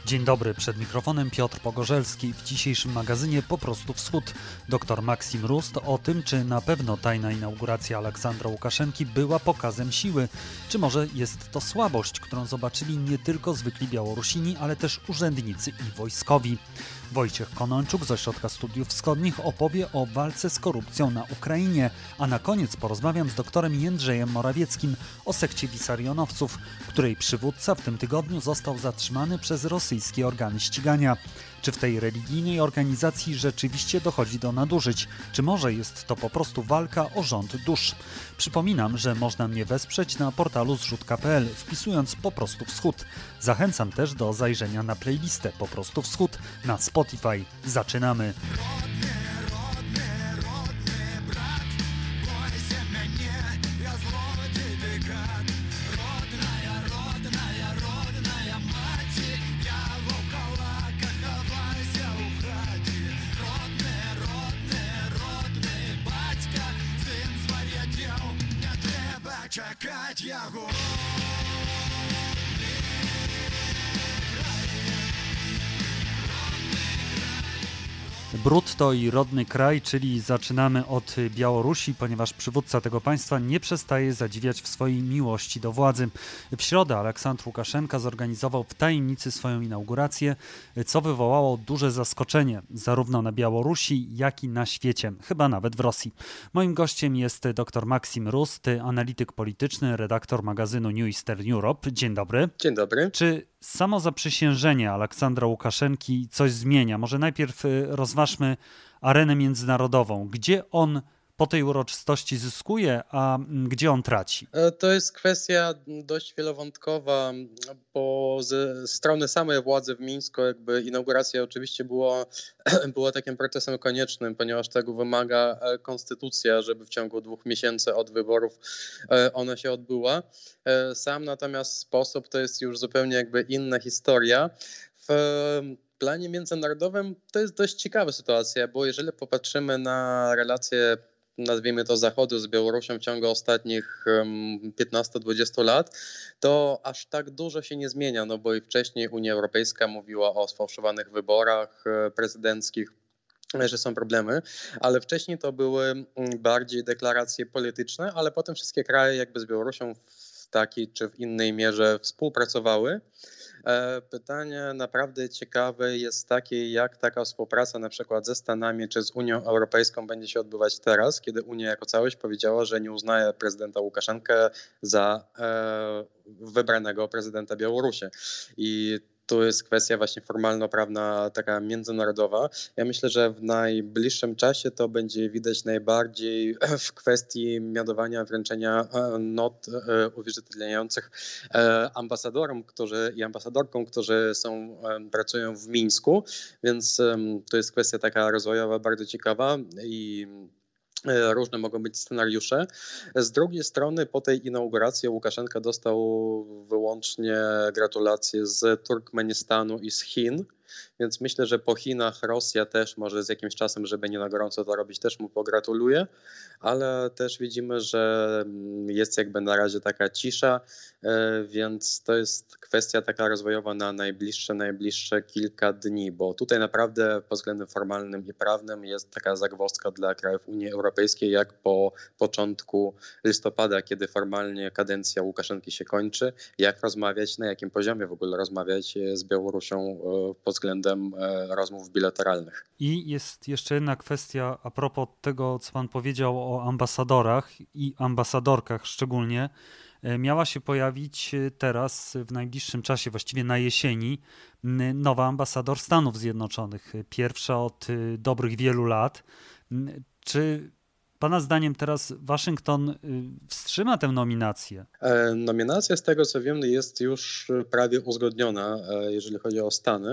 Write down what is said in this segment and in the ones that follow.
Dzień dobry, przed mikrofonem Piotr Pogorzelski. W dzisiejszym magazynie Po prostu Wschód. Dr Maksim Rust o tym, czy na pewno tajna inauguracja Aleksandra Łukaszenki była pokazem siły, czy może jest to słabość, którą zobaczyli nie tylko zwykli Białorusini, ale też urzędnicy i wojskowi. Wojciech Kononczuk z Ośrodka Studiów Wschodnich opowie o walce z korupcją na Ukrainie, a na koniec porozmawiam z doktorem Jędrzejem Morawieckim o sekcie Wisarionowców, której przywódca w tym tygodniu został zatrzymany przez rosyjskie organy ścigania. Czy w tej religijnej organizacji rzeczywiście dochodzi do nadużyć? Czy może jest to po prostu walka o rząd dusz? Przypominam, że można mnie wesprzeć na portalu zrzutka.pl, wpisując Po prostu Wschód. Zachęcam też do zajrzenia na playlistę Po prostu Wschód na Spotify. Zaczynamy! Czekać jago. Brutto i rodny kraj, czyli zaczynamy od Białorusi, ponieważ przywódca tego państwa nie przestaje zadziwiać w swojej miłości do władzy. W środę Aleksandr Łukaszenka zorganizował w tajemnicy swoją inaugurację, co wywołało duże zaskoczenie zarówno na Białorusi, jak i na świecie, chyba nawet w Rosji. Moim gościem jest dr Maksim Rust, analityk polityczny, redaktor magazynu New Eastern Europe. Dzień dobry. Dzień dobry. Czy samo zaprzysiężenie Aleksandra Łukaszenki coś zmienia? Może najpierw rozważmy arenę międzynarodową. Gdzie on po tej uroczystości zyskuje, a gdzie on traci? To jest kwestia dość wielowątkowa, bo ze strony samej władzy w Mińsku jakby inauguracja oczywiście była takim procesem koniecznym, ponieważ tego wymaga konstytucja, żeby w ciągu 2 miesięcy od wyborów ona się odbyła. Sam natomiast sposób to jest już zupełnie jakby inna historia. W planie międzynarodowym to jest dość ciekawa sytuacja, bo jeżeli popatrzymy na relacje, nazwijmy to Zachodu z Białorusią w ciągu ostatnich 15-20 lat, to aż tak dużo się nie zmienia, no bo i wcześniej Unia Europejska mówiła o sfałszowanych wyborach prezydenckich, że są problemy, ale wcześniej to były bardziej deklaracje polityczne, ale potem wszystkie kraje jakby z Białorusią w takiej czy w innej mierze współpracowały. Pytanie naprawdę ciekawe jest takie, jak taka współpraca na przykład ze Stanami czy z Unią Europejską będzie się odbywać teraz, kiedy Unia jako całość powiedziała, że nie uznaje prezydenta Łukaszenkę za wybranego prezydenta Białorusi. I tu jest kwestia właśnie formalno-prawna, taka międzynarodowa. Ja myślę, że w najbliższym czasie to będzie widać najbardziej w kwestii mianowania, wręczenia not uwierzytelniających ambasadorom i ambasadorkom, którzy pracują w Mińsku, więc to jest kwestia taka rozwojowa, bardzo ciekawa i różne mogą być scenariusze. Z drugiej strony po tej inauguracji Łukaszenka dostał wyłącznie gratulacje z Turkmenistanu i z Chin, więc myślę, że po Chinach Rosja też może z jakimś czasem, żeby nie na gorąco to robić, też mu pogratuluje, ale też widzimy, że jest jakby na razie taka cisza, więc to jest kwestia taka rozwojowa na najbliższe kilka dni, bo tutaj naprawdę pod względem formalnym i prawnym jest taka zagwozdka dla krajów Unii Europejskiej, jak po początku listopada, kiedy formalnie kadencja Łukaszenki się kończy, jak rozmawiać, na jakim poziomie w ogóle rozmawiać z Białorusią pod względem rozmów bilateralnych. I jest jeszcze jedna kwestia a propos tego, co pan powiedział o ambasadorach i ambasadorkach szczególnie. Miała się pojawić teraz w najbliższym czasie, właściwie na jesieni, nowa ambasador Stanów Zjednoczonych. Pierwsza od dobrych wielu lat. Czy pana zdaniem teraz Waszyngton wstrzyma tę nominację? Nominacja, z tego co wiem, jest już prawie uzgodniona, jeżeli chodzi o Stany.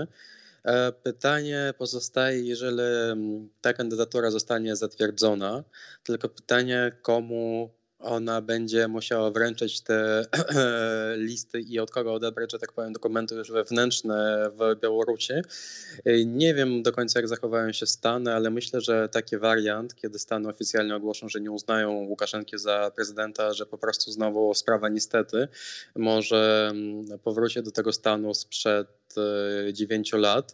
Pytanie pozostaje, jeżeli ta kandydatura zostanie zatwierdzona, tylko pytanie, komu ona będzie musiała wręczyć te listy i od kogo odebrać, że tak powiem, dokumenty już wewnętrzne w Białorusi. Nie wiem do końca, jak zachowają się Stany, ale myślę, że taki wariant, kiedy Stany oficjalnie ogłoszą, że nie uznają Łukaszenki za prezydenta, że po prostu znowu sprawa niestety może powróci do tego stanu sprzed 9 lat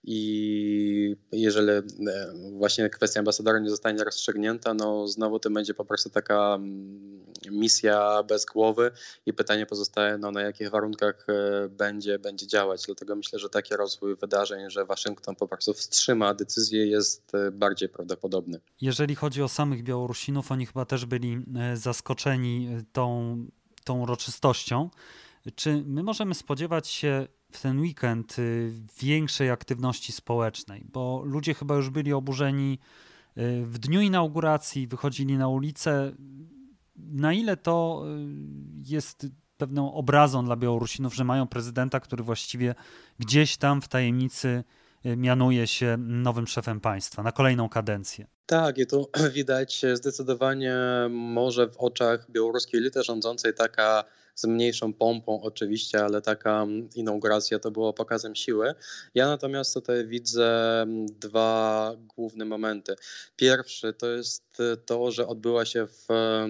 i jeżeli właśnie kwestia ambasadora nie zostanie rozstrzygnięta, no znowu to będzie po prostu taka misja bez głowy i pytanie pozostaje, no na jakich warunkach będzie działać. Dlatego myślę, że taki rozwój wydarzeń, że Waszyngton po prostu wstrzyma decyzję, jest bardziej prawdopodobny. Jeżeli chodzi o samych Białorusinów, oni chyba też byli zaskoczeni tą uroczystością. Czy my możemy spodziewać się w ten weekend większej aktywności społecznej? Bo ludzie chyba już byli oburzeni w dniu inauguracji, wychodzili na ulicę. Na ile to jest pewną obrazą dla Białorusinów, że mają prezydenta, który właściwie gdzieś tam w tajemnicy mianuje się nowym szefem państwa na kolejną kadencję? Tak, i tu widać zdecydowanie może w oczach białoruskiej elity rządzącej taka z mniejszą pompą oczywiście, ale taka inauguracja to było pokazem siły. Ja natomiast tutaj widzę dwa główne momenty. Pierwszy to jest to, że odbyła się w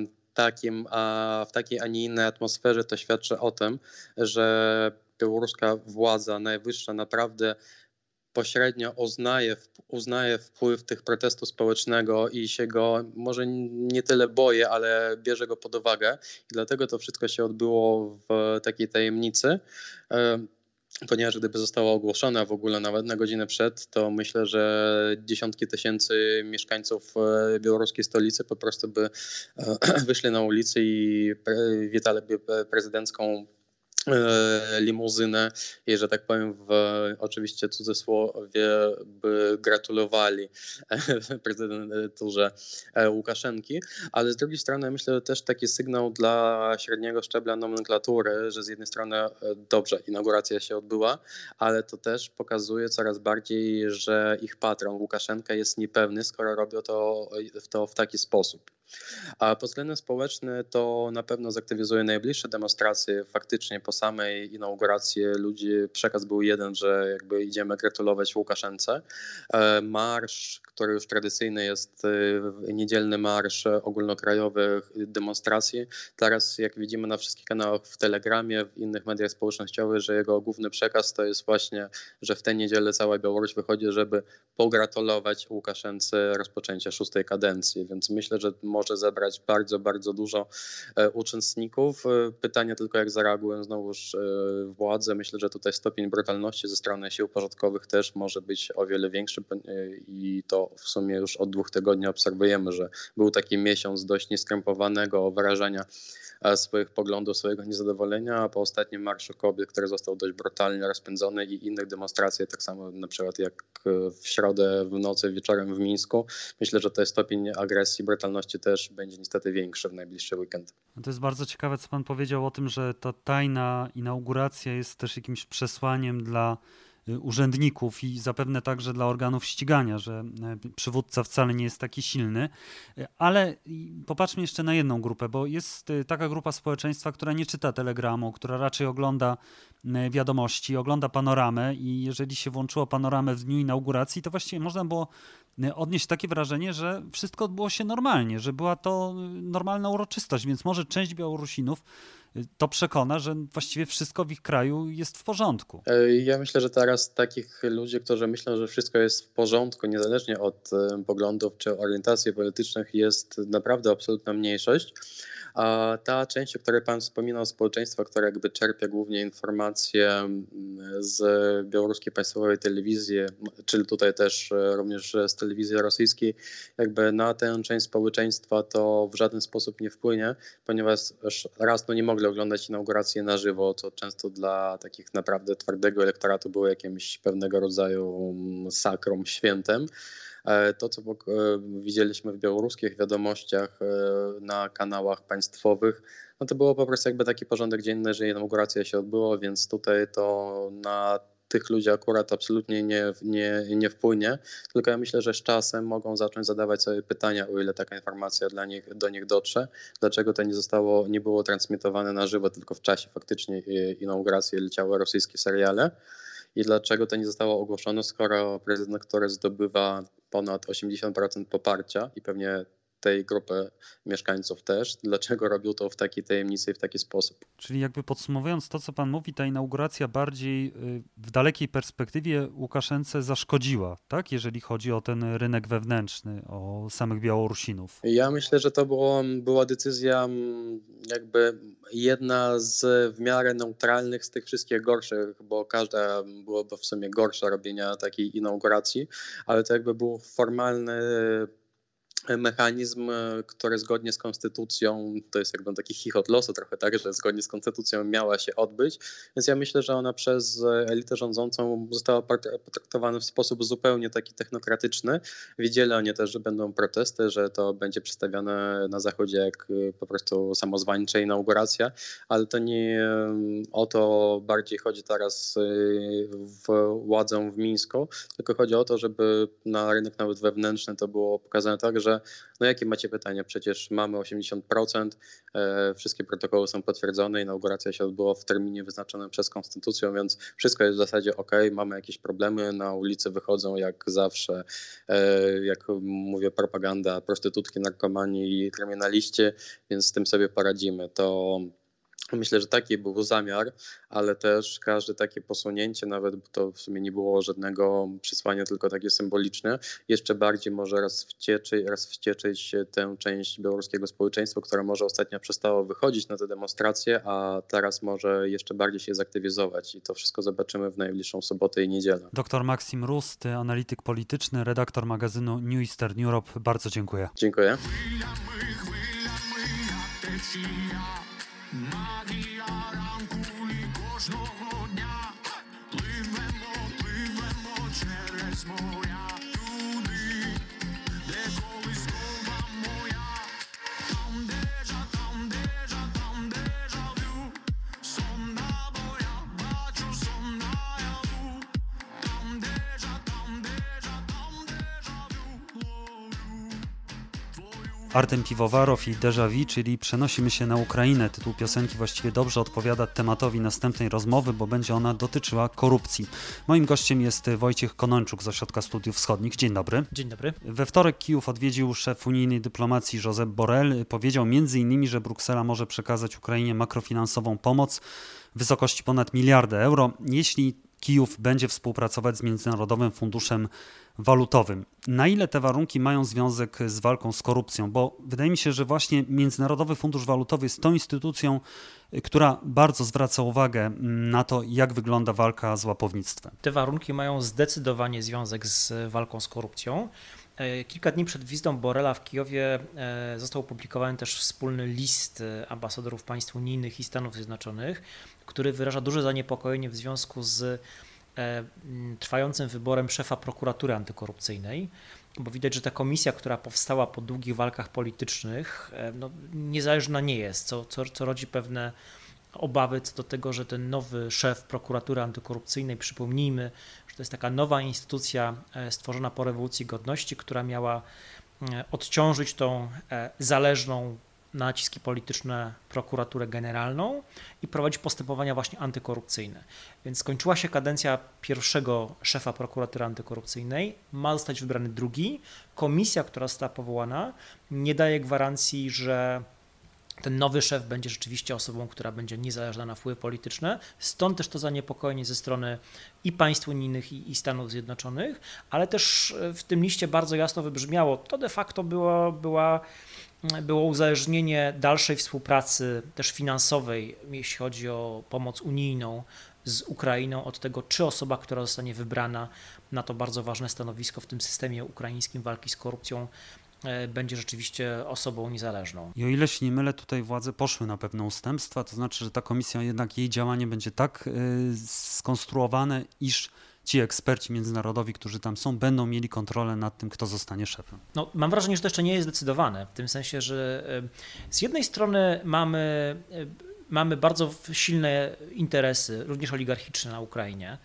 takiej, a nie innej atmosferze. To świadczy o tym, że białoruska władza najwyższa naprawdę pośrednio uznaje wpływ tych protestu społecznego i się go może nie tyle boję, ale bierze go pod uwagę. I dlatego to wszystko się odbyło w takiej tajemnicy. Ponieważ gdyby zostało ogłoszone w ogóle nawet na godzinę przed, to myślę, że dziesiątki tysięcy mieszkańców białoruskiej stolicy po prostu by wyszli na ulicy i witali prezydencką limuzynę i, że tak powiem, w oczywiście cudzysłowie by gratulowali prezydenturze Łukaszenki, ale z drugiej strony myślę, że też taki sygnał dla średniego szczebla nomenklatury, że z jednej strony dobrze, inauguracja się odbyła, ale to też pokazuje coraz bardziej, że ich patron Łukaszenka jest niepewny, skoro robią to w taki sposób. A pod względem społecznym to na pewno zaktywizuje najbliższe demonstracje. Faktycznie po samej inauguracji przekaz był jeden, że jakby idziemy gratulować Łukaszence. Marsz, który już tradycyjny jest, niedzielny marsz ogólnokrajowych demonstracji. Teraz jak widzimy na wszystkich kanałach w Telegramie, w innych mediach społecznościowych, że jego główny przekaz to jest właśnie, że w tę niedzielę cała Białoruś wychodzi, żeby pogratulować Łukaszence rozpoczęcia 6. kadencji. Więc myślę, że może zebrać bardzo, bardzo dużo uczestników. Pytanie tylko, jak zareagują znowuż władze. Myślę, że tutaj stopień brutalności ze strony sił porządkowych też może być o wiele większy i to w sumie już od 2 tygodni obserwujemy, że był taki miesiąc dość nieskrępowanego wyrażania swoich poglądów, swojego niezadowolenia, a po ostatnim Marszu Kobiet, który został dość brutalnie rozpędzony i innych demonstracjach, tak samo na przykład jak w środę w nocy, wieczorem w Mińsku, myślę, że ten stopień agresji, brutalności też będzie niestety większy w najbliższy weekend. To jest bardzo ciekawe, co pan powiedział o tym, że ta tajna inauguracja jest też jakimś przesłaniem dla urzędników i zapewne także dla organów ścigania, że przywódca wcale nie jest taki silny. Ale popatrzmy jeszcze na jedną grupę, bo jest taka grupa społeczeństwa, która nie czyta Telegramu, która raczej ogląda wiadomości, ogląda panoramę i jeżeli się włączyło panoramę w dniu inauguracji, to właściwie można było odnieść takie wrażenie, że wszystko odbyło się normalnie, że była to normalna uroczystość, więc może część Białorusinów to przekona, że właściwie wszystko w ich kraju jest w porządku. Ja myślę, że teraz takich ludzi, którzy myślą, że wszystko jest w porządku, niezależnie od poglądów czy orientacji politycznych, jest naprawdę absolutna mniejszość. A ta część, o której pan wspominał, społeczeństwa, które jakby czerpie głównie informacje z białoruskiej państwowej telewizji, czyli tutaj też również z telewizji rosyjskiej, jakby na tę część społeczeństwa to w żaden sposób nie wpłynie, ponieważ raz nie mogli oglądać inauguracji na żywo, co często dla takich naprawdę twardego elektoratu było jakimś pewnego rodzaju sakrum, świętem. To, co widzieliśmy w białoruskich wiadomościach na kanałach państwowych, no to było po prostu jakby taki porządek dzienny, że inauguracja się odbyła, więc tutaj to na tych ludzi akurat absolutnie nie wpłynie, tylko ja myślę, że z czasem mogą zacząć zadawać sobie pytania, o ile taka informacja do nich dotrze, dlaczego to nie było transmitowane na żywo, tylko w czasie faktycznie inauguracji leciały rosyjskie seriale i dlaczego to nie zostało ogłoszone, skoro prezydent, który zdobywa ponad 80% poparcia i pewnie tej grupy mieszkańców też, dlaczego robił to w takiej tajemnicy i w taki sposób. Czyli jakby podsumowując to, co pan mówi, ta inauguracja bardziej w dalekiej perspektywie Łukaszence zaszkodziła, tak? Jeżeli chodzi o ten rynek wewnętrzny, o samych Białorusinów. Ja myślę, że to była decyzja jakby jedna z w miarę neutralnych z tych wszystkich gorszych, bo każda byłoby w sumie gorsza robienia takiej inauguracji, ale to jakby był formalny mechanizm, który zgodnie z konstytucją, to jest jakby taki chichot losu trochę, tak, że zgodnie z konstytucją miała się odbyć, więc ja myślę, że ona przez elitę rządzącą została potraktowana w sposób zupełnie taki technokratyczny. Widzieli oni też, że będą protesty, że to będzie przedstawiane na Zachodzie jak po prostu samozwańcza inauguracja, ale to nie o to bardziej chodzi teraz władzom w Mińsku, tylko chodzi o to, żeby na rynek nawet wewnętrzny to było pokazane tak, że no jakie macie pytania? Przecież mamy 80%, wszystkie protokoły są potwierdzone, inauguracja się odbyła w terminie wyznaczonym przez konstytucją, więc wszystko jest w zasadzie ok, mamy jakieś problemy, na ulicy wychodzą jak zawsze, jak mówię, propaganda, prostytutki, narkomani i kryminaliści, więc z tym sobie poradzimy. To myślę, że taki był zamiar, ale też każde takie posunięcie, nawet bo to w sumie nie było żadnego przesłania, tylko takie symboliczne, jeszcze bardziej może rozwścieczyć tę część białoruskiego społeczeństwa, która może ostatnio przestała wychodzić na te demonstracje, a teraz może jeszcze bardziej się zaktywizować i to wszystko zobaczymy w najbliższą sobotę i niedzielę. Dr Maksim Rust, analityk polityczny, redaktor magazynu New Eastern Europe. Bardzo dziękuję. Dziękuję. Магія ранку і кожного дня. Пливемо через моря туди, де колискова моя. Там дежавю, сон набоя, бачу сон наяву. Там дежавю, ловлю твою. Artem Piwowarow i Déjà Vu, czyli Przenosimy się na Ukrainę. Tytuł piosenki właściwie dobrze odpowiada tematowi następnej rozmowy, bo będzie ona dotyczyła korupcji. Moim gościem jest Wojciech Kononczuk z Ośrodka Studiów Wschodnich. Dzień dobry. Dzień dobry. We wtorek Kijów odwiedził szef unijnej dyplomacji Josep Borrell. Powiedział m.in., że Bruksela może przekazać Ukrainie makrofinansową pomoc w wysokości ponad 1 miliarda euro, jeśli Kijów będzie współpracować z Międzynarodowym Funduszem Walutowym. Na ile te warunki mają związek z walką z korupcją? Bo wydaje mi się, że właśnie Międzynarodowy Fundusz Walutowy jest tą instytucją, która bardzo zwraca uwagę na to, jak wygląda walka z łapownictwem. Te warunki mają zdecydowanie związek z walką z korupcją. Kilka dni przed wizytą Borrella w Kijowie został opublikowany też wspólny list ambasadorów państw unijnych i Stanów Zjednoczonych, który wyraża duże zaniepokojenie w związku z trwającym wyborem szefa prokuratury antykorupcyjnej, bo widać, że ta komisja, która powstała po długich walkach politycznych, niezależna nie jest, co rodzi pewne obawy co do tego, że ten nowy szef prokuratury antykorupcyjnej, przypomnijmy, że to jest taka nowa instytucja stworzona po rewolucji godności, która miała odciążyć tą zależną na naciski polityczne prokuraturę generalną i prowadzić postępowania właśnie antykorupcyjne. Więc skończyła się kadencja pierwszego szefa prokuratury antykorupcyjnej, ma zostać wybrany drugi. Komisja, która została powołana, nie daje gwarancji, że ten nowy szef będzie rzeczywiście osobą, która będzie niezależna na wpływy polityczne. Stąd też to zaniepokojenie ze strony i państw unijnych, i Stanów Zjednoczonych, ale też w tym liście bardzo jasno wybrzmiało, to de facto było uzależnienie dalszej współpracy też finansowej, jeśli chodzi o pomoc unijną z Ukrainą, od tego, czy osoba, która zostanie wybrana na to bardzo ważne stanowisko w tym systemie ukraińskim walki z korupcją, będzie rzeczywiście osobą niezależną. I o ile się nie mylę, tutaj władze poszły na pewne ustępstwa, to znaczy, że ta komisja jednak jej działanie będzie tak skonstruowane, iż ci eksperci międzynarodowi, którzy tam są, będą mieli kontrolę nad tym, kto zostanie szefem. No, mam wrażenie, że to jeszcze nie jest zdecydowane, w tym sensie, że z jednej strony mamy bardzo silne interesy, również oligarchiczne na Ukrainie,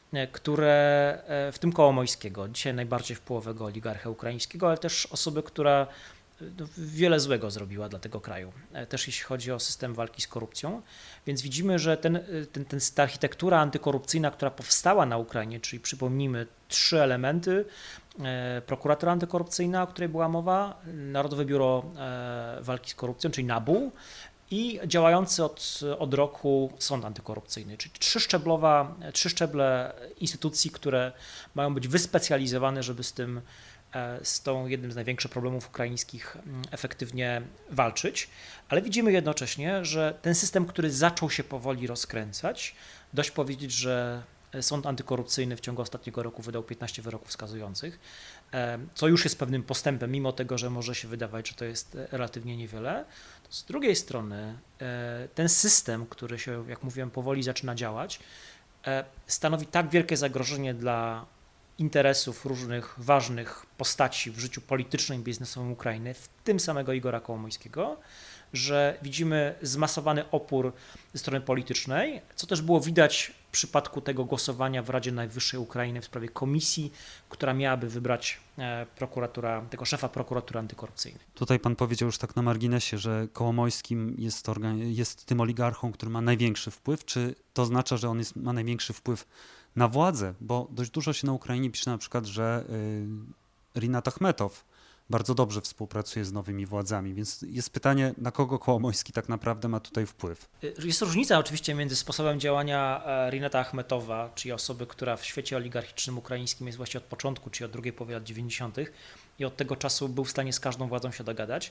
które, w tym Kołomojskiego, dzisiaj najbardziej wpływowego oligarchę ukraińskiego, ale też osoby, która wiele złego zrobiła dla tego kraju, też jeśli chodzi o system walki z korupcją. Więc widzimy, że ta architektura antykorupcyjna, która powstała na Ukrainie, czyli przypomnijmy 3 elementy, prokuratura antykorupcyjna, o której była mowa, Narodowe Biuro Walki z Korupcją, czyli NABU, i działający od roku sąd antykorupcyjny, czyli 3 szczeble instytucji, które mają być wyspecjalizowane, żeby z tą jednym z największych problemów ukraińskich efektywnie walczyć, ale widzimy jednocześnie, że ten system, który zaczął się powoli rozkręcać, dość powiedzieć, że sąd antykorupcyjny w ciągu ostatniego roku wydał 15 wyroków skazujących, co już jest pewnym postępem, mimo tego, że może się wydawać, że to jest relatywnie niewiele. To z drugiej strony ten system, który się, jak mówiłem, powoli zaczyna działać, stanowi tak wielkie zagrożenie dla interesów różnych ważnych postaci w życiu politycznym i biznesowym Ukrainy, w tym samego Igora Kołomojskiego, że widzimy zmasowany opór ze strony politycznej, co też było widać w przypadku tego głosowania w Radzie Najwyższej Ukrainy w sprawie komisji, która miałaby wybrać tego szefa prokuratury antykorupcyjnej. Tutaj pan powiedział już tak na marginesie, że Kołomojskim jest tym oligarchą, który ma największy wpływ. Czy to oznacza, że on ma największy wpływ na władzę? Bo dość dużo się na Ukrainie pisze na przykład, że Rinat Achmetow bardzo dobrze współpracuje z nowymi władzami, więc jest pytanie, na kogo Kołomojski tak naprawdę ma tutaj wpływ? Jest różnica oczywiście między sposobem działania Rinata Achmetowa, czyli osoby, która w świecie oligarchicznym ukraińskim jest właściwie od początku, czyli od drugiej połowy lat 90. i od tego czasu był w stanie z każdą władzą się dogadać,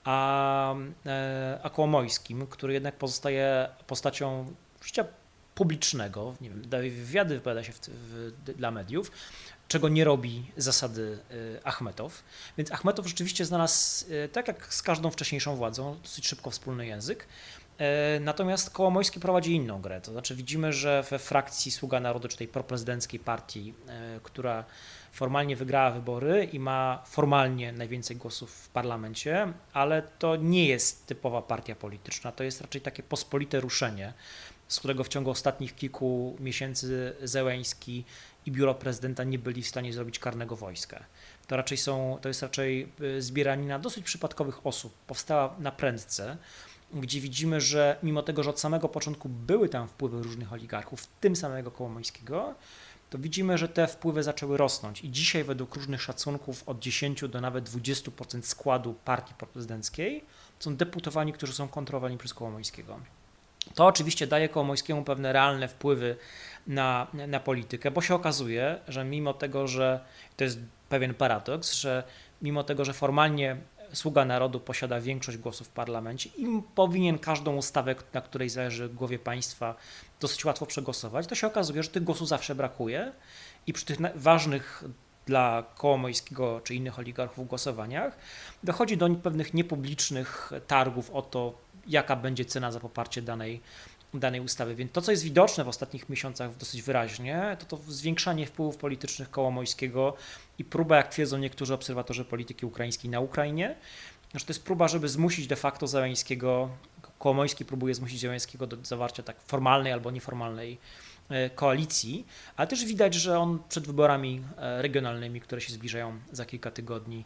a Kołomojskim, który jednak pozostaje postacią życia publicznego, nie wiem, daje wywiady, wypowiada się dla mediów, czego nie robi zasady Achmetow. Więc Achmetow rzeczywiście znalazł, tak jak z każdą wcześniejszą władzą, dosyć szybko wspólny język. Natomiast Kołomojski prowadzi inną grę. To znaczy widzimy, że we frakcji Sługa Narodu, czy tej proprezydenckiej partii, która formalnie wygrała wybory i ma formalnie najwięcej głosów w parlamencie, ale to nie jest typowa partia polityczna, to jest raczej takie pospolite ruszenie, z którego w ciągu ostatnich kilku miesięcy Zełenski i biuro prezydenta nie byli w stanie zrobić karnego wojska. To jest raczej zbieranina dosyć przypadkowych osób. Powstała na prędce, gdzie widzimy, że mimo tego, że od samego początku były tam wpływy różnych oligarchów, w tym samego Kołomojskiego, to widzimy, że te wpływy zaczęły rosnąć i dzisiaj według różnych szacunków od 10 do nawet 20% składu partii prezydenckiej są deputowani, którzy są kontrolowani przez Kołomojskiego. To oczywiście daje Kołomojskiemu pewne realne wpływy na politykę, bo się okazuje, że mimo tego, że to jest pewien paradoks, że mimo tego, że formalnie Sługa Narodu posiada większość głosów w parlamencie i powinien każdą ustawę, na której zależy głowie państwa, dosyć łatwo przegłosować, to się okazuje, że tych głosów zawsze brakuje i przy tych ważnych dla Kołomojskiego czy innych oligarchów głosowaniach dochodzi do pewnych niepublicznych targów o to, jaka będzie cena za poparcie danej ustawy. Więc to, co jest widoczne w ostatnich miesiącach dosyć wyraźnie, to zwiększanie wpływów politycznych Kołomojskiego i próba, jak twierdzą niektórzy obserwatorzy polityki ukraińskiej na Ukrainie, że to jest próba, żeby zmusić de facto Zełenskiego, Kołomojski próbuje zmusić Zełenskiego do zawarcia tak formalnej albo nieformalnej koalicji, ale też widać, że on przed wyborami regionalnymi, które się zbliżają za kilka tygodni,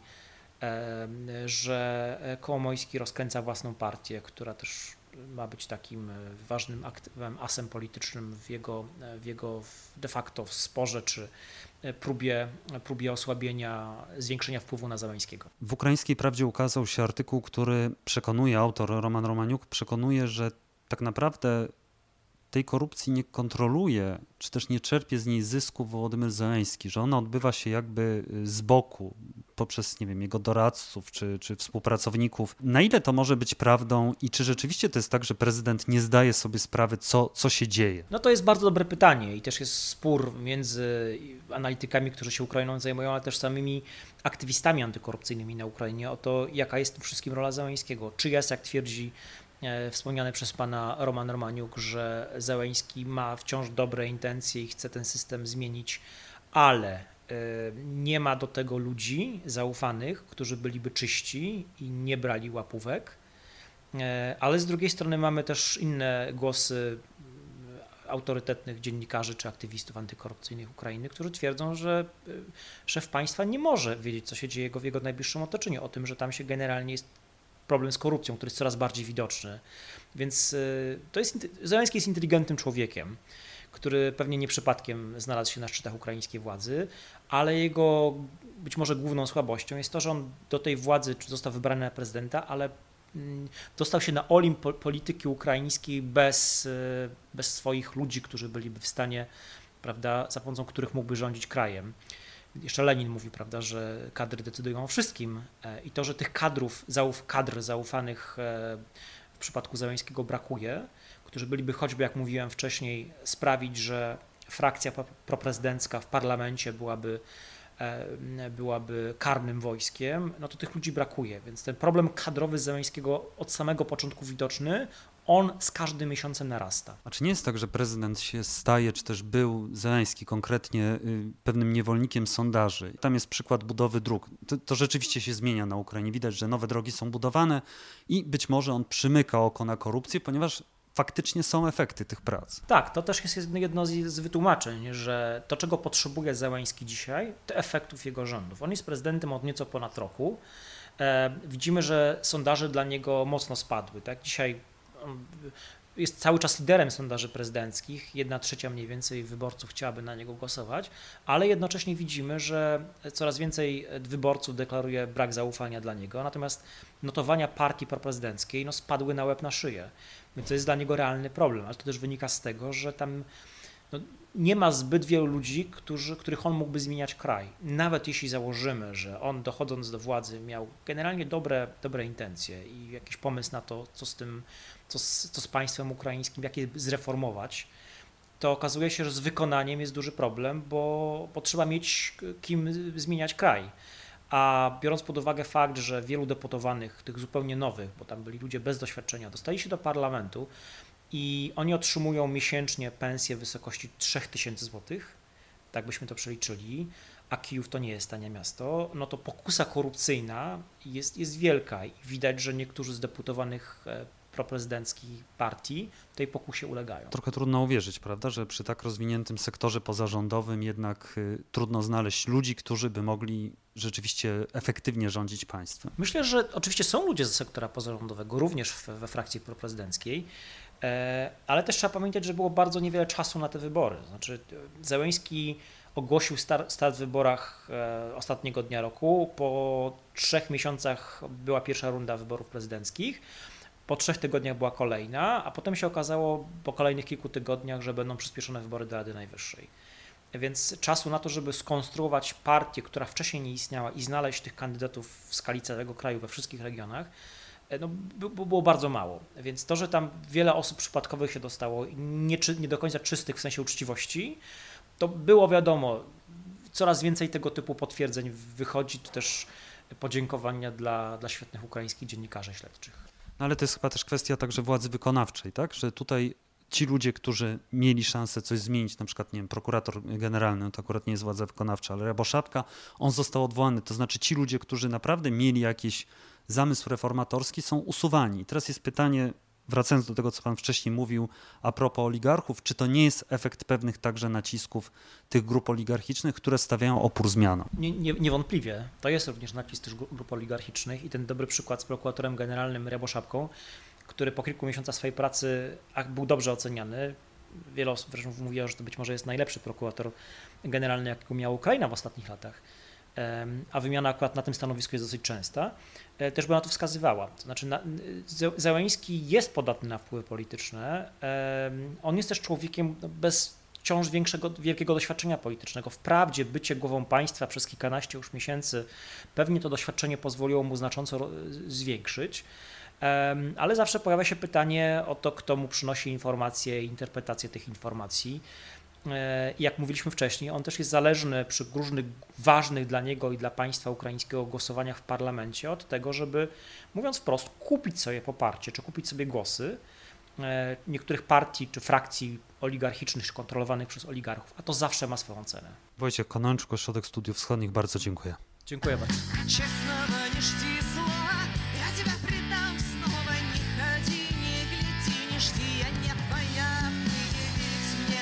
że Kołomojski rozkręca własną partię, która też ma być takim ważnym aktywem, asem politycznym w jego de facto sporze czy próbie osłabienia, zwiększenia wpływu na Zełenskiego. W Ukraińskiej Prawdzie ukazał się artykuł, który przekonuje, autor Roman Romaniuk przekonuje, że tak naprawdę tej korupcji nie kontroluje, czy też nie czerpie z niej zysku Wołodymyr Zełenski, że ona odbywa się jakby z boku, poprzez, nie wiem, jego doradców czy współpracowników. Na ile to może być prawdą i czy rzeczywiście to jest tak, że prezydent nie zdaje sobie sprawy, co się dzieje? No to jest bardzo dobre pytanie i też jest spór między analitykami, którzy się Ukrainą zajmują, ale też samymi aktywistami antykorupcyjnymi na Ukrainie o to, jaka jest w tym wszystkim rola Zełenskiego. Czy jest, jak twierdzi wspomniany przez pana Roman Romaniuk, że Zełenski ma wciąż dobre intencje i chce ten system zmienić, ale nie ma do tego ludzi zaufanych, którzy byliby czyści i nie brali łapówek, ale z drugiej strony mamy też inne głosy autorytetnych dziennikarzy czy aktywistów antykorupcyjnych Ukrainy, którzy twierdzą, że szef państwa nie może wiedzieć, co się dzieje w jego najbliższym otoczeniu, o tym, że tam się generalnie jest problem z korupcją, który jest coraz bardziej widoczny. Więc Zełenski jest inteligentnym człowiekiem, który pewnie nie przypadkiem znalazł się na szczytach ukraińskiej władzy, ale jego być może główną słabością jest to, że on do tej władzy został wybrany na prezydenta, ale dostał się na olimp polityki ukraińskiej bez swoich ludzi, którzy byliby w stanie, prawda, za pomocą których mógłby rządzić krajem. Jeszcze Lenin mówi, prawda, że kadry decydują o wszystkim i to, że tych kadr zaufanych w przypadku Zełenskiego brakuje, którzy byliby choćby, jak mówiłem wcześniej, sprawić, że frakcja proprezydencka w parlamencie byłaby karnym wojskiem, no to tych ludzi brakuje, więc ten problem kadrowy Zełenskiego od samego początku widoczny, on z każdym miesiącem narasta. A czy nie jest tak, że prezydent się staje, czy też był Zełenski konkretnie pewnym niewolnikiem sondaży? Tam jest przykład budowy dróg. To rzeczywiście się zmienia na Ukrainie. Widać, że nowe drogi są budowane i być może on przymyka oko na korupcję, ponieważ faktycznie są efekty tych prac. Tak, to też jest jedno z wytłumaczeń, że to, czego potrzebuje Zełenski dzisiaj, to efektów jego rządów. On jest prezydentem od nieco ponad roku. Widzimy, że sondaże dla niego mocno spadły. Tak? Dzisiaj on jest cały czas liderem sondaży prezydenckich, 1/3 mniej więcej wyborców chciałaby na niego głosować, ale jednocześnie widzimy, że coraz więcej wyborców deklaruje brak zaufania dla niego, natomiast notowania partii proprezydenckiej spadły na łeb na szyję, więc to jest dla niego realny problem, ale to też wynika z tego, że tam nie ma zbyt wielu ludzi, których on mógłby zmieniać kraj. Nawet jeśli założymy, że on dochodząc do władzy miał generalnie dobre intencje i jakiś pomysł na to, co z państwem ukraińskim, jak je zreformować, to okazuje się, że z wykonaniem jest duży problem, bo trzeba mieć kim zmieniać kraj. A biorąc pod uwagę fakt, że wielu deputowanych, tych zupełnie nowych, bo tam byli ludzie bez doświadczenia, dostali się do parlamentu, i oni otrzymują miesięcznie pensję w wysokości 3000 zł, tak byśmy to przeliczyli, a Kijów to nie jest tanie miasto, no to pokusa korupcyjna jest wielka i widać, że niektórzy z deputowanych proprezydenckich partii tej pokusie ulegają. Trochę trudno uwierzyć, prawda, że przy tak rozwiniętym sektorze pozarządowym jednak trudno znaleźć ludzi, którzy by mogli rzeczywiście efektywnie rządzić państwem. Myślę, że oczywiście są ludzie ze sektora pozarządowego, również we frakcji proprezydenckiej, ale też trzeba pamiętać, że było bardzo niewiele czasu na te wybory. Znaczy Zełenski ogłosił start w wyborach ostatniego dnia roku. Po 3 miesiącach była pierwsza runda wyborów prezydenckich. Po 3 tygodniach była kolejna, a potem się okazało po kolejnych kilku tygodniach, że będą przyspieszone wybory do Rady Najwyższej. Więc czasu na to, żeby skonstruować partię, która wcześniej nie istniała i znaleźć tych kandydatów w skali całego kraju we wszystkich regionach, było bardzo mało. Więc to, że tam wiele osób przypadkowych się dostało, nie do końca czystych w sensie uczciwości, to było wiadomo. Coraz więcej tego typu potwierdzeń wychodzi, to też podziękowania dla świetnych ukraińskich dziennikarzy śledczych. No ale to jest chyba też kwestia także władzy wykonawczej, tak? Że tutaj ci ludzie, którzy mieli szansę coś zmienić, na przykład, nie wiem, prokurator generalny, to akurat nie jest władza wykonawcza, ale Ryaboszatka, on został odwołany. To znaczy ci ludzie, którzy naprawdę mieli jakiś zamysł reformatorski, są usuwani. I teraz jest pytanie, wracając do tego, co pan wcześniej mówił a propos oligarchów, czy to nie jest efekt pewnych także nacisków tych grup oligarchicznych, które stawiają opór zmianom? Niewątpliwie. To jest również nacisk też grup oligarchicznych i ten dobry przykład z prokuratorem generalnym Ryaboszaką, który po kilku miesiącach swojej pracy był dobrze oceniany. Wiele osób wręcz mówiło, że to być może jest najlepszy prokurator generalny, jakiego miała Ukraina w ostatnich latach, a wymiana akurat na tym stanowisku jest dosyć częsta, też by na to wskazywała. To znaczy Zełenski jest podatny na wpływy polityczne, on jest też człowiekiem bez wciąż wielkiego doświadczenia politycznego. Wprawdzie bycie głową państwa przez kilkanaście już miesięcy, pewnie to doświadczenie pozwoliło mu znacząco zwiększyć, ale zawsze pojawia się pytanie o to, kto mu przynosi informacje, interpretację tych informacji. I jak mówiliśmy wcześniej, on też jest zależny przy różnych ważnych dla niego i dla państwa ukraińskiego głosowaniach w parlamencie od tego, żeby, mówiąc wprost, kupić sobie poparcie, czy kupić sobie głosy niektórych partii czy frakcji oligarchicznych, czy kontrolowanych przez oligarchów, a to zawsze ma swoją cenę. Wojciech Kononczko, Ośrodek Studiów Wschodnich, bardzo dziękuję. Dziękuję bardzo. Честного не жди зла, я тебя предам снова. Не ходи, не гляди, не жди, я не твоя. Ты ведь мне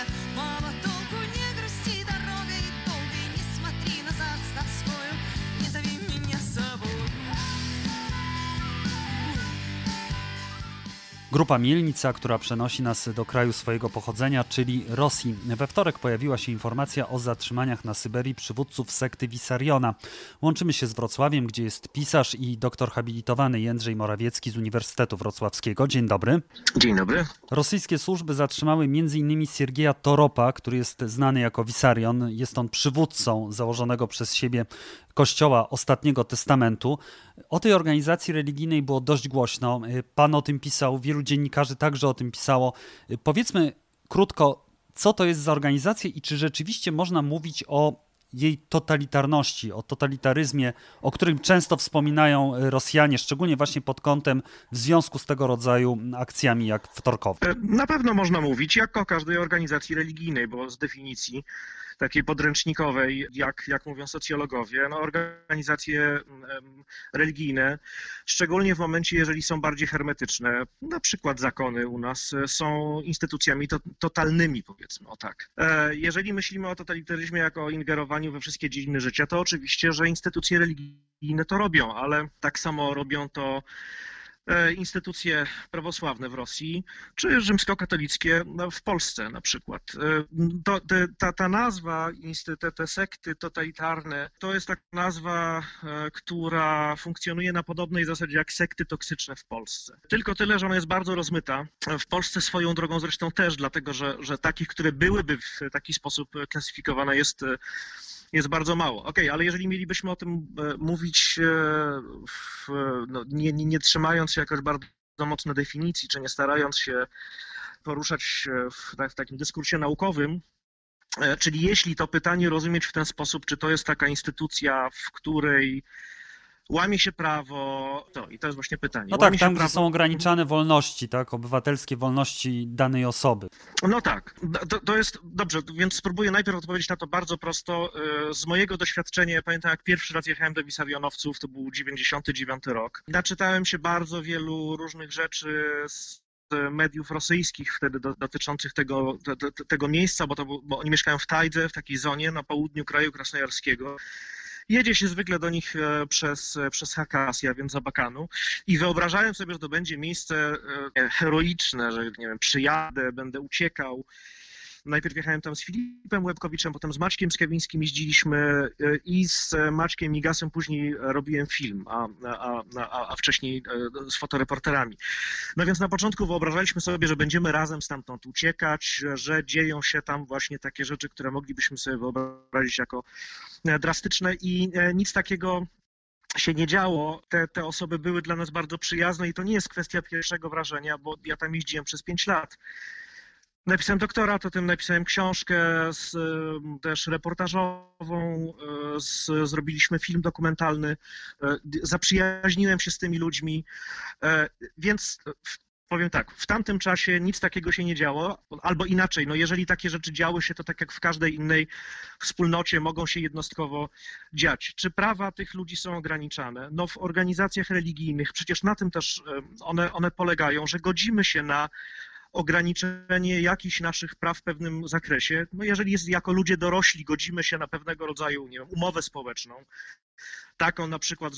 Grupa Mielnica, która przenosi nas do kraju swojego pochodzenia, czyli Rosji. We wtorek pojawiła się informacja o zatrzymaniach na Syberii przywódców sekty Wisariona. Łączymy się z Wrocławiem, gdzie jest pisarz i doktor habilitowany Jędrzej Morawiecki z Uniwersytetu Wrocławskiego. Dzień dobry. Dzień dobry. Rosyjskie służby zatrzymały m.in. Siergieja Toropa, który jest znany jako Wisarion. Jest on przywódcą założonego przez siebie Kościoła Ostatniego Testamentu. O tej organizacji religijnej było dość głośno. Pan o tym pisał, wielu dziennikarzy także o tym pisało. Powiedzmy krótko, co to jest za organizacja i czy rzeczywiście można mówić o jej totalitarności, o totalitaryzmie, o którym często wspominają Rosjanie, szczególnie właśnie pod kątem w związku z tego rodzaju akcjami jak wtorkowe. Na pewno można mówić, jak o każdej organizacji religijnej, bo z definicji takiej podręcznikowej, jak mówią socjologowie, no organizacje religijne, szczególnie w momencie, jeżeli są bardziej hermetyczne, na przykład zakony u nas, są instytucjami totalnymi, powiedzmy, o tak. Jeżeli myślimy o totalitaryzmie jako o ingerowaniu we wszystkie dziedziny życia, to oczywiście, że instytucje religijne to robią, ale tak samo robią to instytucje prawosławne w Rosji, czy rzymskokatolickie w Polsce na przykład. Ta nazwa, te sekty totalitarne, to jest taka nazwa, która funkcjonuje na podobnej zasadzie jak sekty toksyczne w Polsce. Tylko tyle, że ona jest bardzo rozmyta. W Polsce swoją drogą zresztą też, dlatego że takich, które byłyby w taki sposób klasyfikowane jest bardzo mało. Okej, ale jeżeli mielibyśmy o tym mówić, nie trzymając się jakoś bardzo mocno definicji, czy nie starając się poruszać w takim dyskursie naukowym, czyli jeśli to pytanie rozumieć w ten sposób, czy to jest taka instytucja, w której łamie się prawo, i to jest właśnie pytanie. No tak, tam gdzie są ograniczane wolności, tak, obywatelskie wolności danej osoby. No tak, to jest dobrze, więc spróbuję najpierw odpowiedzieć na to bardzo prosto. Z mojego doświadczenia, ja pamiętam jak pierwszy raz jechałem do Wisarionowców, to był 99 rok. Naczytałem się bardzo wielu różnych rzeczy z mediów rosyjskich wtedy dotyczących tego miejsca, bo oni mieszkają w Tajdze, w takiej zonie na południu kraju krasnojarskiego. Jedzie się zwykle do nich przez Hakasję, więc Abakanu, i wyobrażałem sobie, że to będzie miejsce heroiczne, że nie wiem, przyjadę, będę uciekał. Najpierw jechałem tam z Filipem Łebkowiczem, potem z Maćkiem Skawińskim jeździliśmy i z Maćkiem Migasem później robiłem film, a wcześniej z fotoreporterami. No więc na początku wyobrażaliśmy sobie, że będziemy razem stamtąd uciekać, że dzieją się tam właśnie takie rzeczy, które moglibyśmy sobie wyobrazić jako drastyczne i nic takiego się nie działo. Te osoby były dla nas bardzo przyjazne i to nie jest kwestia pierwszego wrażenia, bo ja tam jeździłem przez 5 lat. Napisałem doktorat o tym, napisałem książkę też reportażową, zrobiliśmy film dokumentalny, zaprzyjaźniłem się z tymi ludźmi, więc powiem tak, w tamtym czasie nic takiego się nie działo, albo inaczej, no jeżeli takie rzeczy działy się, to tak jak w każdej innej wspólnocie mogą się jednostkowo dziać. Czy prawa tych ludzi są ograniczane? No w organizacjach religijnych, przecież na tym też one polegają, że godzimy się na ograniczenie jakichś naszych praw w pewnym zakresie. No jeżeli jako ludzie dorośli godzimy się na pewnego rodzaju, nie wiem, umowę społeczną, taką na przykład,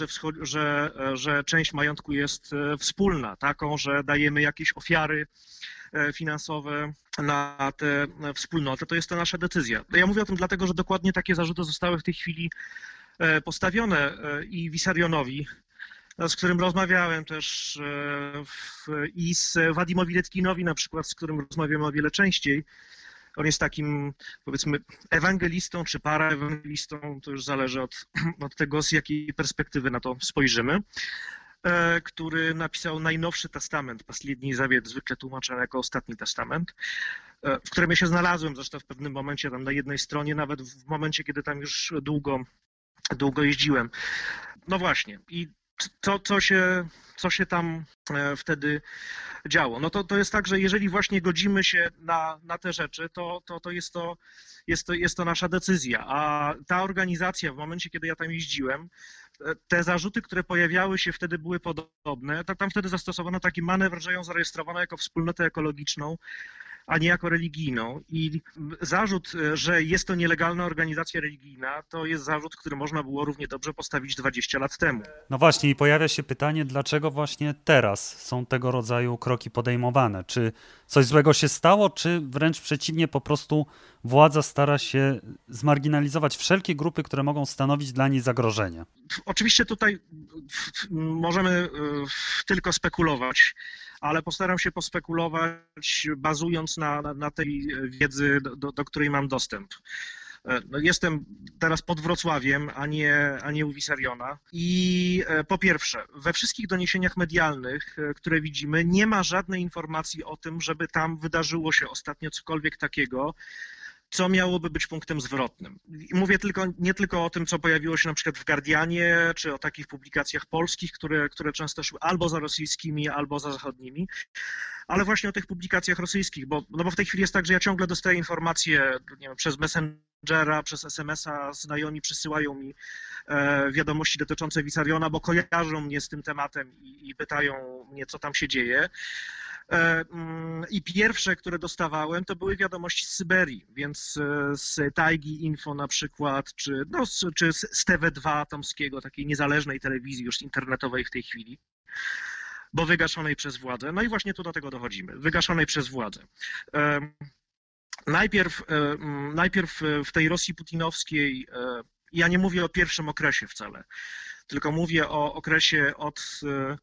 że część majątku jest wspólna, taką, że dajemy jakieś ofiary finansowe na tę wspólnotę, to jest to nasza decyzja. Ja mówię o tym dlatego, że dokładnie takie zarzuty zostały w tej chwili postawione i Wisarionowi, z którym rozmawiałem też i z Wadimem Wiletkinowi na przykład, z którym rozmawiam o wiele częściej. On jest takim, powiedzmy, ewangelistą czy paraewangelistą, to już zależy od tego, z jakiej perspektywy na to spojrzymy, który napisał najnowszy testament, Последний Завет, zwykle tłumaczony jako Ostatni Testament, w którym ja się znalazłem zresztą w pewnym momencie tam na jednej stronie, nawet w momencie, kiedy tam już długo jeździłem. No właśnie, i co się tam wtedy działo? No to jest tak, że jeżeli właśnie godzimy się na te rzeczy, to jest to nasza decyzja. A ta organizacja w momencie, kiedy ja tam jeździłem, te zarzuty, które pojawiały się wtedy, były podobne. Tam wtedy zastosowano taki manewr, że ją zarejestrowano jako wspólnotę ekologiczną. a nie jako religijną. I zarzut, że jest to nielegalna organizacja religijna, to jest zarzut, który można było równie dobrze postawić 20 lat temu. No właśnie i pojawia się pytanie, dlaczego właśnie teraz są tego rodzaju kroki podejmowane? Czy coś złego się stało, czy wręcz przeciwnie, po prostu władza stara się zmarginalizować wszelkie grupy, które mogą stanowić dla niej zagrożenie? Oczywiście tutaj możemy tylko spekulować, ale postaram się pospekulować bazując na tej wiedzy, do której mam dostęp. No jestem teraz pod Wrocławiem, a nie u Wissariona. I po pierwsze, we wszystkich doniesieniach medialnych, które widzimy, nie ma żadnej informacji o tym, żeby tam wydarzyło się ostatnio cokolwiek takiego, co miałoby być punktem zwrotnym. I mówię nie tylko o tym, co pojawiło się na przykład w Guardianie, czy o takich publikacjach polskich, które często szły albo za rosyjskimi, albo za zachodnimi, ale właśnie o tych publikacjach rosyjskich, bo w tej chwili jest tak, że ja ciągle dostaję informacje, nie wiem, przez Messengera, przez SMS-a, znajomi przysyłają mi wiadomości dotyczące Wissariona, bo kojarzą mnie z tym tematem i pytają mnie, co tam się dzieje. I pierwsze, które dostawałem, to były wiadomości z Syberii, więc z Tajgi Info na przykład, czy z TV2 tomskiego, takiej niezależnej telewizji już internetowej w tej chwili, bo wygaszonej przez władzę. No i właśnie tu do tego dochodzimy, wygaszonej przez władzę. Najpierw w tej Rosji putinowskiej, ja nie mówię o pierwszym okresie wcale, tylko mówię o okresie od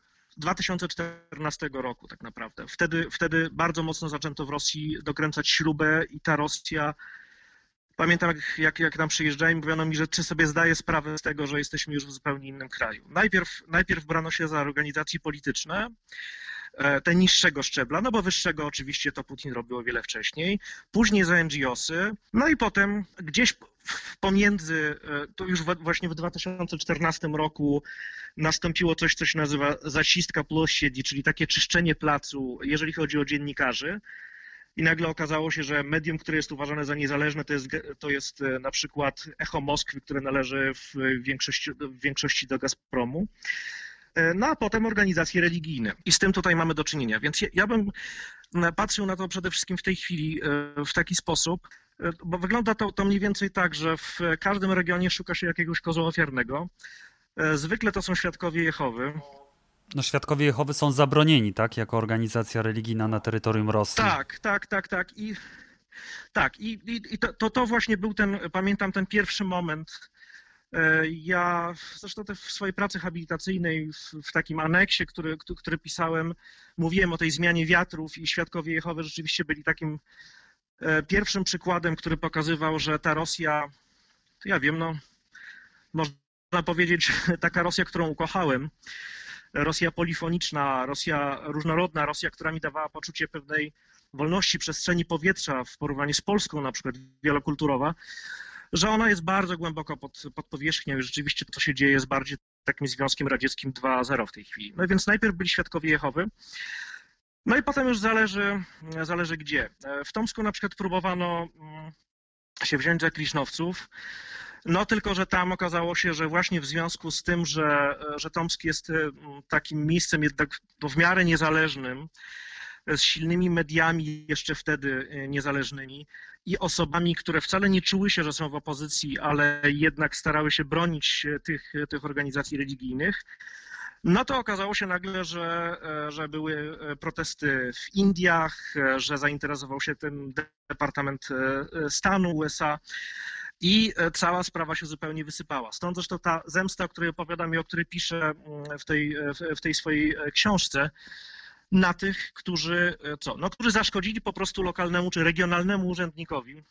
2014 roku tak naprawdę. Wtedy bardzo mocno zaczęto w Rosji dokręcać śrubę i ta Rosja, pamiętam jak tam przyjeżdżałem, mówiono mi, że czy sobie zdaję sprawę z tego, że jesteśmy już w zupełnie innym kraju. Najpierw brano się za organizacje polityczne, te niższego szczebla, no bo wyższego oczywiście to Putin robił o wiele wcześniej, później za NGO-sy, no i potem gdzieś pomiędzy, to już właśnie w 2014 roku nastąpiło coś, co się nazywa zacistka płościedi, czyli takie czyszczenie placu, jeżeli chodzi o dziennikarzy. I nagle okazało się, że medium, które jest uważane za niezależne, to jest na przykład Echo Moskwy, które należy w większości do Gazpromu. No a potem organizacje religijne. I z tym tutaj mamy do czynienia. Więc ja bym patrzył na to przede wszystkim w tej chwili w taki sposób, bo wygląda to mniej więcej tak, że w każdym regionie szuka się jakiegoś kozła ofiarnego. Zwykle to są Świadkowie Jehowy. No Świadkowie Jehowy są zabronieni, tak? Jako organizacja religijna na terytorium Rosji. Tak. I to właśnie był pamiętam ten pierwszy moment. Ja zresztą w swojej pracy habilitacyjnej, w takim aneksie, który pisałem, mówiłem o tej zmianie wiatrów i Świadkowie Jehowy rzeczywiście byli takim pierwszym przykładem, który pokazywał, że ta Rosja, to ja wiem, no można powiedzieć, taka Rosja, którą ukochałem, Rosja polifoniczna, Rosja różnorodna, Rosja, która mi dawała poczucie pewnej wolności przestrzeni powietrza w porównaniu z Polską, na przykład wielokulturowa, że ona jest bardzo głęboko pod powierzchnią i rzeczywiście to, co się dzieje, jest bardziej takim Związkiem Radzieckim 2.0 w tej chwili. No więc najpierw byli Świadkowie Jehowy, no i potem już zależy gdzie. W Tomsku na przykład próbowano się wziąć za Kliszynowców, no tylko, że tam okazało się, że właśnie w związku z tym, że Tomsk jest takim miejscem jednak w miarę niezależnym, z silnymi mediami jeszcze wtedy niezależnymi i osobami, które wcale nie czuły się, że są w opozycji, ale jednak starały się bronić tych organizacji religijnych, no to okazało się nagle, że były protesty w Indiach, że zainteresował się tym Departament Stanu USA i cała sprawa się zupełnie wysypała. Stąd zresztą ta zemsta, o której opowiadam i o której piszę w tej swojej książce, na tych, którzy zaszkodzili po prostu lokalnemu czy regionalnemu urzędnikowi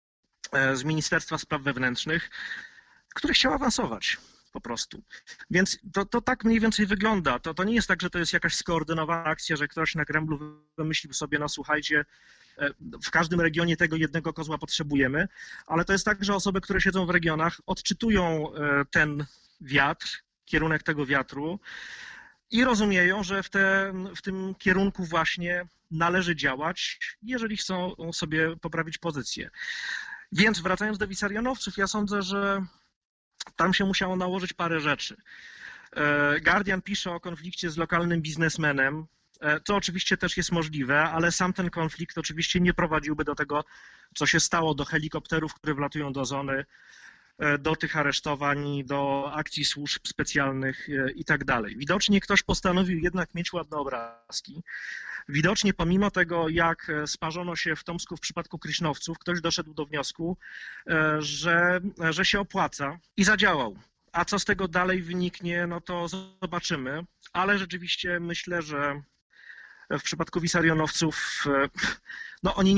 z Ministerstwa Spraw Wewnętrznych, który chciał awansować po prostu. Więc to tak mniej więcej wygląda. To nie jest tak, że to jest jakaś skoordynowana akcja, że ktoś na Kremlu wymyślił sobie, no słuchajcie, w każdym regionie tego jednego kozła potrzebujemy, ale to jest tak, że osoby, które siedzą w regionach, odczytują ten wiatr, kierunek tego wiatru, i rozumieją, że w tym kierunku właśnie należy działać, jeżeli chcą sobie poprawić pozycję. Więc wracając do Wissarionowców, ja sądzę, że tam się musiało nałożyć parę rzeczy. Guardian pisze o konflikcie z lokalnym biznesmenem, To oczywiście też jest możliwe, ale sam ten konflikt oczywiście nie prowadziłby do tego, co się stało, do helikopterów, które wlatują do zony, do tych aresztowań, do akcji służb specjalnych i tak dalej. Widocznie ktoś postanowił jednak mieć ładne obrazki. Widocznie pomimo tego, jak sparzono się w Tomsku w przypadku Krisznowców, ktoś doszedł do wniosku, że się opłaca i zadziałał. A co z tego dalej wyniknie, no to zobaczymy. Ale rzeczywiście myślę, że w przypadku Wisarionowców, no oni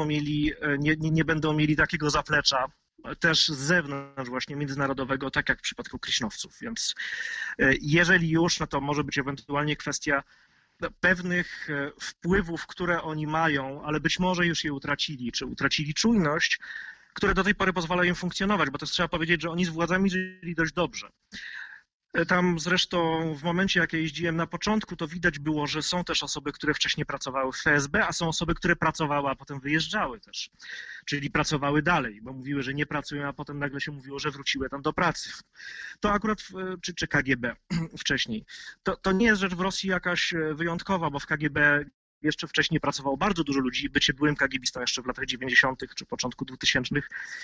nie będą mieli takiego zaplecza też z zewnątrz właśnie międzynarodowego, tak jak w przypadku Krisznowców. Więc jeżeli już, no to może być ewentualnie kwestia pewnych wpływów, które oni mają, ale być może już je utracili, czy utracili czujność, które do tej pory pozwalają im funkcjonować, bo to trzeba powiedzieć, że oni z władzami żyli dość dobrze. Tam zresztą w momencie, jak ja jeździłem na początku, to widać było, że są też osoby, które wcześniej pracowały w FSB, a są osoby, które pracowały, a potem wyjeżdżały też. Czyli pracowały dalej, bo mówiły, że nie pracują, a potem nagle się mówiło, że wróciły tam do pracy. To akurat, czy KGB wcześniej. To nie jest rzecz w Rosji jakaś wyjątkowa, bo w KGB jeszcze wcześniej pracowało bardzo dużo ludzi. Bycie byłym KGBistą jeszcze w latach 90. czy początku 2000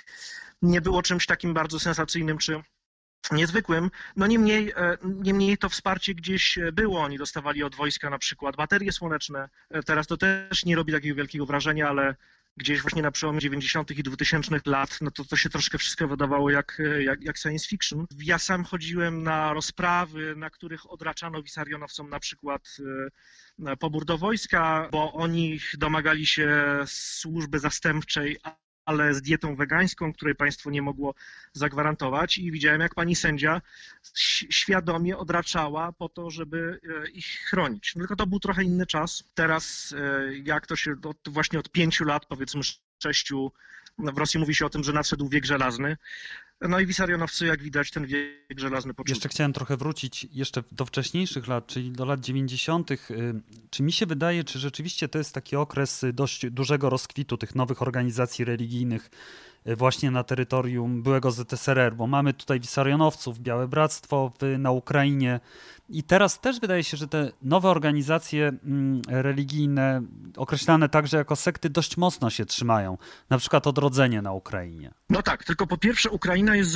nie było czymś takim bardzo sensacyjnym czy niezwykłym. No niemniej to wsparcie gdzieś było. Oni dostawali od wojska na przykład baterie słoneczne. Teraz to też nie robi takiego wielkiego wrażenia, ale gdzieś właśnie na przełomie 90. i 2000 lat, no to się troszkę wszystko wydawało jak science fiction. Ja sam chodziłem na rozprawy, na których odraczano wisarionowcom na przykład pobór do wojska, bo oni domagali się służby zastępczej, ale z dietą wegańską, której państwo nie mogło zagwarantować i widziałem, jak pani sędzia świadomie odraczała po to, żeby ich chronić. No tylko to był trochę inny czas. Teraz jak to się właśnie od 5 lat, powiedzmy 6, w Rosji mówi się o tym, że nadszedł wiek żelazny. No i wisarionowcy, jak widać, ten wiek żelazny poczuł. Jeszcze chciałem trochę wrócić jeszcze do wcześniejszych lat, czyli do lat 90. Czy mi się wydaje, czy rzeczywiście to jest taki okres dość dużego rozkwitu tych nowych organizacji religijnych właśnie na terytorium byłego ZSRR, bo mamy tutaj wisarionowców, Białe Bractwo na Ukrainie i teraz też wydaje się, że te nowe organizacje religijne, określane także jako sekty, dość mocno się trzymają. Na przykład Odrodzenie na Ukrainie. No tak, tylko po pierwsze Ukraina jest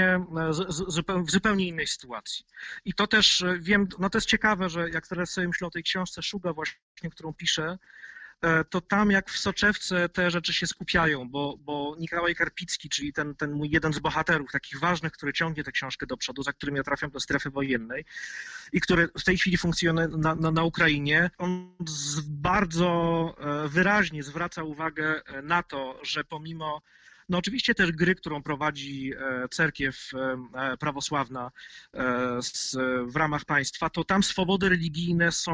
w zupełnie innej sytuacji. I to też wiem, no to jest ciekawe, że jak teraz sobie myślę o tej książce Szuga właśnie, którą piszę, to tam jak w soczewce te rzeczy się skupiają, bo Nikałaj Karpicki, czyli ten mój jeden z bohaterów, takich ważnych, który ciągnie tę książkę do przodu, za którym ja trafiam do strefy wojennej i który w tej chwili funkcjonuje na Ukrainie, on bardzo wyraźnie zwraca uwagę na to, że pomimo no oczywiście też gry, którą prowadzi cerkiew prawosławna w ramach państwa, to tam swobody religijne są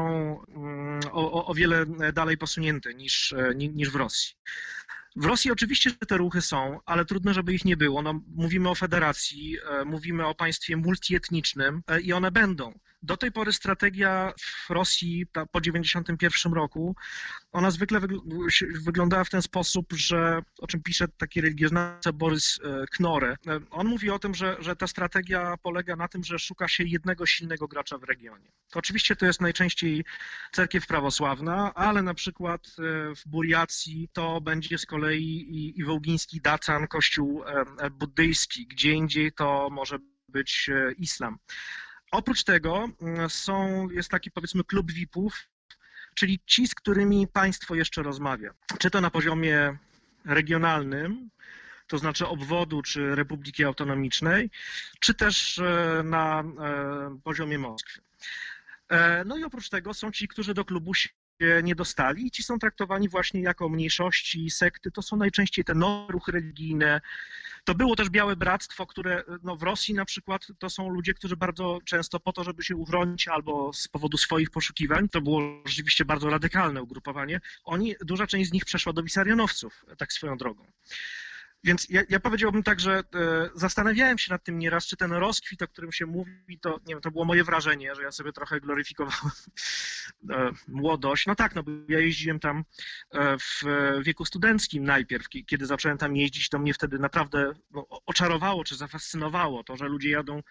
o wiele dalej posunięte niż w Rosji. W Rosji oczywiście te ruchy są, ale trudno, żeby ich nie było. No, mówimy o federacji, mówimy o państwie multietnicznym i one będą. Do tej pory strategia w Rosji po 1991 roku, ona zwykle wyglądała w ten sposób, że, o czym pisze taki religioznawca Borys Knore, on mówi o tym, że ta strategia polega na tym, że szuka się jednego silnego gracza w regionie. To oczywiście to jest najczęściej cerkiew prawosławna, ale na przykład w Buriacji to będzie z kolei i wołgiński Dacan, kościół buddyjski, gdzie indziej to może być islam. Oprócz tego jest taki, powiedzmy, klub VIP-ów, czyli ci, z którymi państwo jeszcze rozmawia. Czy to na poziomie regionalnym, to znaczy obwodu czy Republiki Autonomicznej, czy też na poziomie Moskwy. No i oprócz tego są ci, którzy do klubu się nie dostali i ci są traktowani właśnie jako mniejszości, sekty. To są najczęściej te nowe ruchy religijne. To było też Białe Bractwo, które no w Rosji na przykład to są ludzie, którzy bardzo często po to, żeby się uchronić albo z powodu swoich poszukiwań, to było rzeczywiście bardzo radykalne ugrupowanie, duża część z nich przeszła do wisarionowców, tak swoją drogą. Więc ja powiedziałbym tak, że zastanawiałem się nad tym nieraz, czy ten rozkwit, o którym się mówi, to nie wiem, to było moje wrażenie, że ja sobie trochę gloryfikowałem młodość. No tak, no bo ja jeździłem tam w wieku studenckim najpierw, kiedy zacząłem tam jeździć, to mnie wtedy naprawdę oczarowało czy zafascynowało to, że ludzie jadą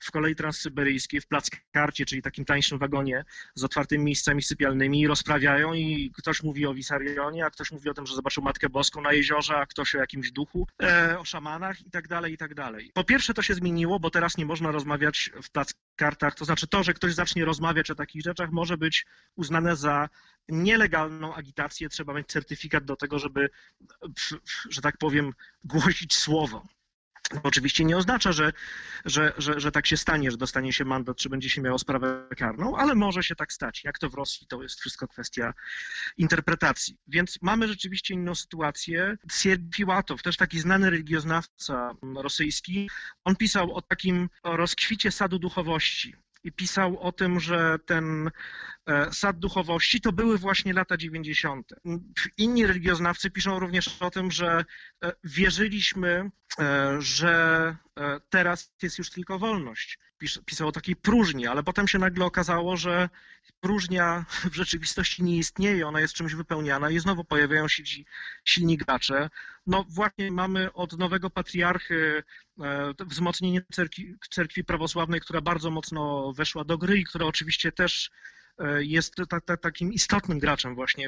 w kolei transsyberyjskiej, w Plackarcie, czyli takim tańszym wagonie z otwartymi miejscami sypialnymi i rozprawiają i ktoś mówi o Wisarionie, a ktoś mówi o tym, że zobaczył Matkę Boską na jeziorze, a ktoś o jakimś duchu, o szamanach i tak dalej, i tak dalej. Po pierwsze to się zmieniło, bo teraz nie można rozmawiać w Plackartach, to znaczy to, że ktoś zacznie rozmawiać o takich rzeczach może być uznane za nielegalną agitację, trzeba mieć certyfikat do tego, żeby, że tak powiem, głosić słowo. To oczywiście nie oznacza, że tak się stanie, że dostanie się mandat, czy będzie się miało sprawę karną, ale może się tak stać. Jak to w Rosji, to jest wszystko kwestia interpretacji. Więc mamy rzeczywiście inną sytuację. Siergiej Fiłatow, też taki znany religioznawca rosyjski, on pisał o rozkwicie sadu duchowości. I pisał o tym, że ten sad duchowości to były właśnie lata 90. Inni religioznawcy piszą również o tym, że wierzyliśmy, że teraz jest już tylko wolność. Pisał o takiej próżni, ale potem się nagle okazało, że próżnia w rzeczywistości nie istnieje, ona jest czymś wypełniana i znowu pojawiają się ci silni gracze. No właśnie mamy od nowego patriarchy wzmocnienie cerkwi prawosławnej, która bardzo mocno weszła do gry i która oczywiście też jest takim istotnym graczem właśnie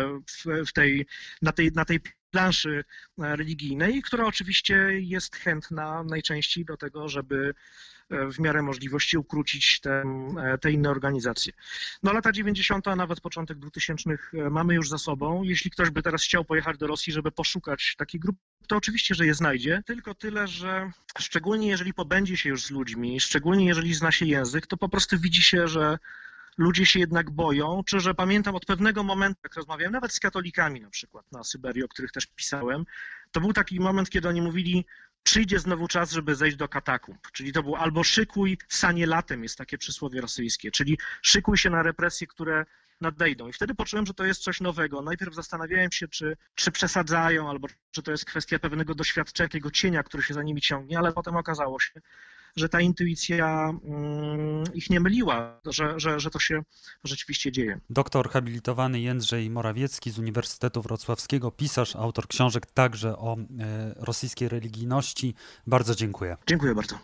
na tej planszy religijnej, która oczywiście jest chętna najczęściej do tego, żeby w miarę możliwości ukrócić te inne organizacje. No lata 90., a nawet początek 2000 mamy już za sobą. Jeśli ktoś by teraz chciał pojechać do Rosji, żeby poszukać takiej grupy, to oczywiście, że je znajdzie, tylko tyle, że szczególnie jeżeli pobędzie się już z ludźmi, szczególnie jeżeli zna się język, to po prostu widzi się, że ludzie się jednak boją, czy że pamiętam od pewnego momentu, jak rozmawiałem nawet z katolikami na przykład na Syberii, o których też pisałem, to był taki moment, kiedy oni mówili, przyjdzie znowu czas, żeby zejść do katakumb. Czyli to był albo szykuj sanie latem, jest takie przysłowie rosyjskie, czyli szykuj się na represje, które nadejdą. I wtedy poczułem, że to jest coś nowego. Najpierw zastanawiałem się, czy przesadzają, albo czy to jest kwestia pewnego doświadczenia, takiego cienia, który się za nimi ciągnie, ale potem okazało się, że ta intuicja ich nie myliła, że to się rzeczywiście dzieje. Doktor habilitowany Jędrzej Morawiecki z Uniwersytetu Wrocławskiego, pisarz, autor książek także o rosyjskiej religijności. Bardzo dziękuję. Dziękuję bardzo.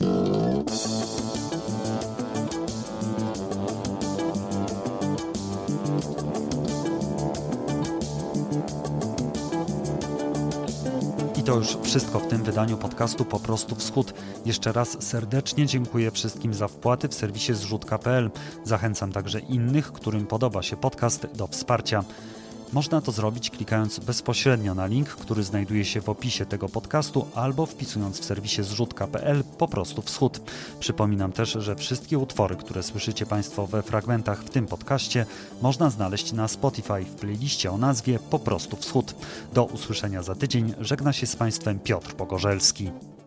I to już wszystko w tym wydaniu podcastu Po prostu Wschód. Jeszcze raz serdecznie dziękuję wszystkim za wpłaty w serwisie zrzutka.pl. Zachęcam także innych, którym podoba się podcast, do wsparcia. Można to zrobić klikając bezpośrednio na link, który znajduje się w opisie tego podcastu albo wpisując w serwisie zrzutka.pl Po prostu Wschód. Przypominam też, że wszystkie utwory, które słyszycie Państwo we fragmentach w tym podcaście, można znaleźć na Spotify w playliście o nazwie Po prostu Wschód. Do usłyszenia za tydzień. Żegna się z Państwem Piotr Pogorzelski.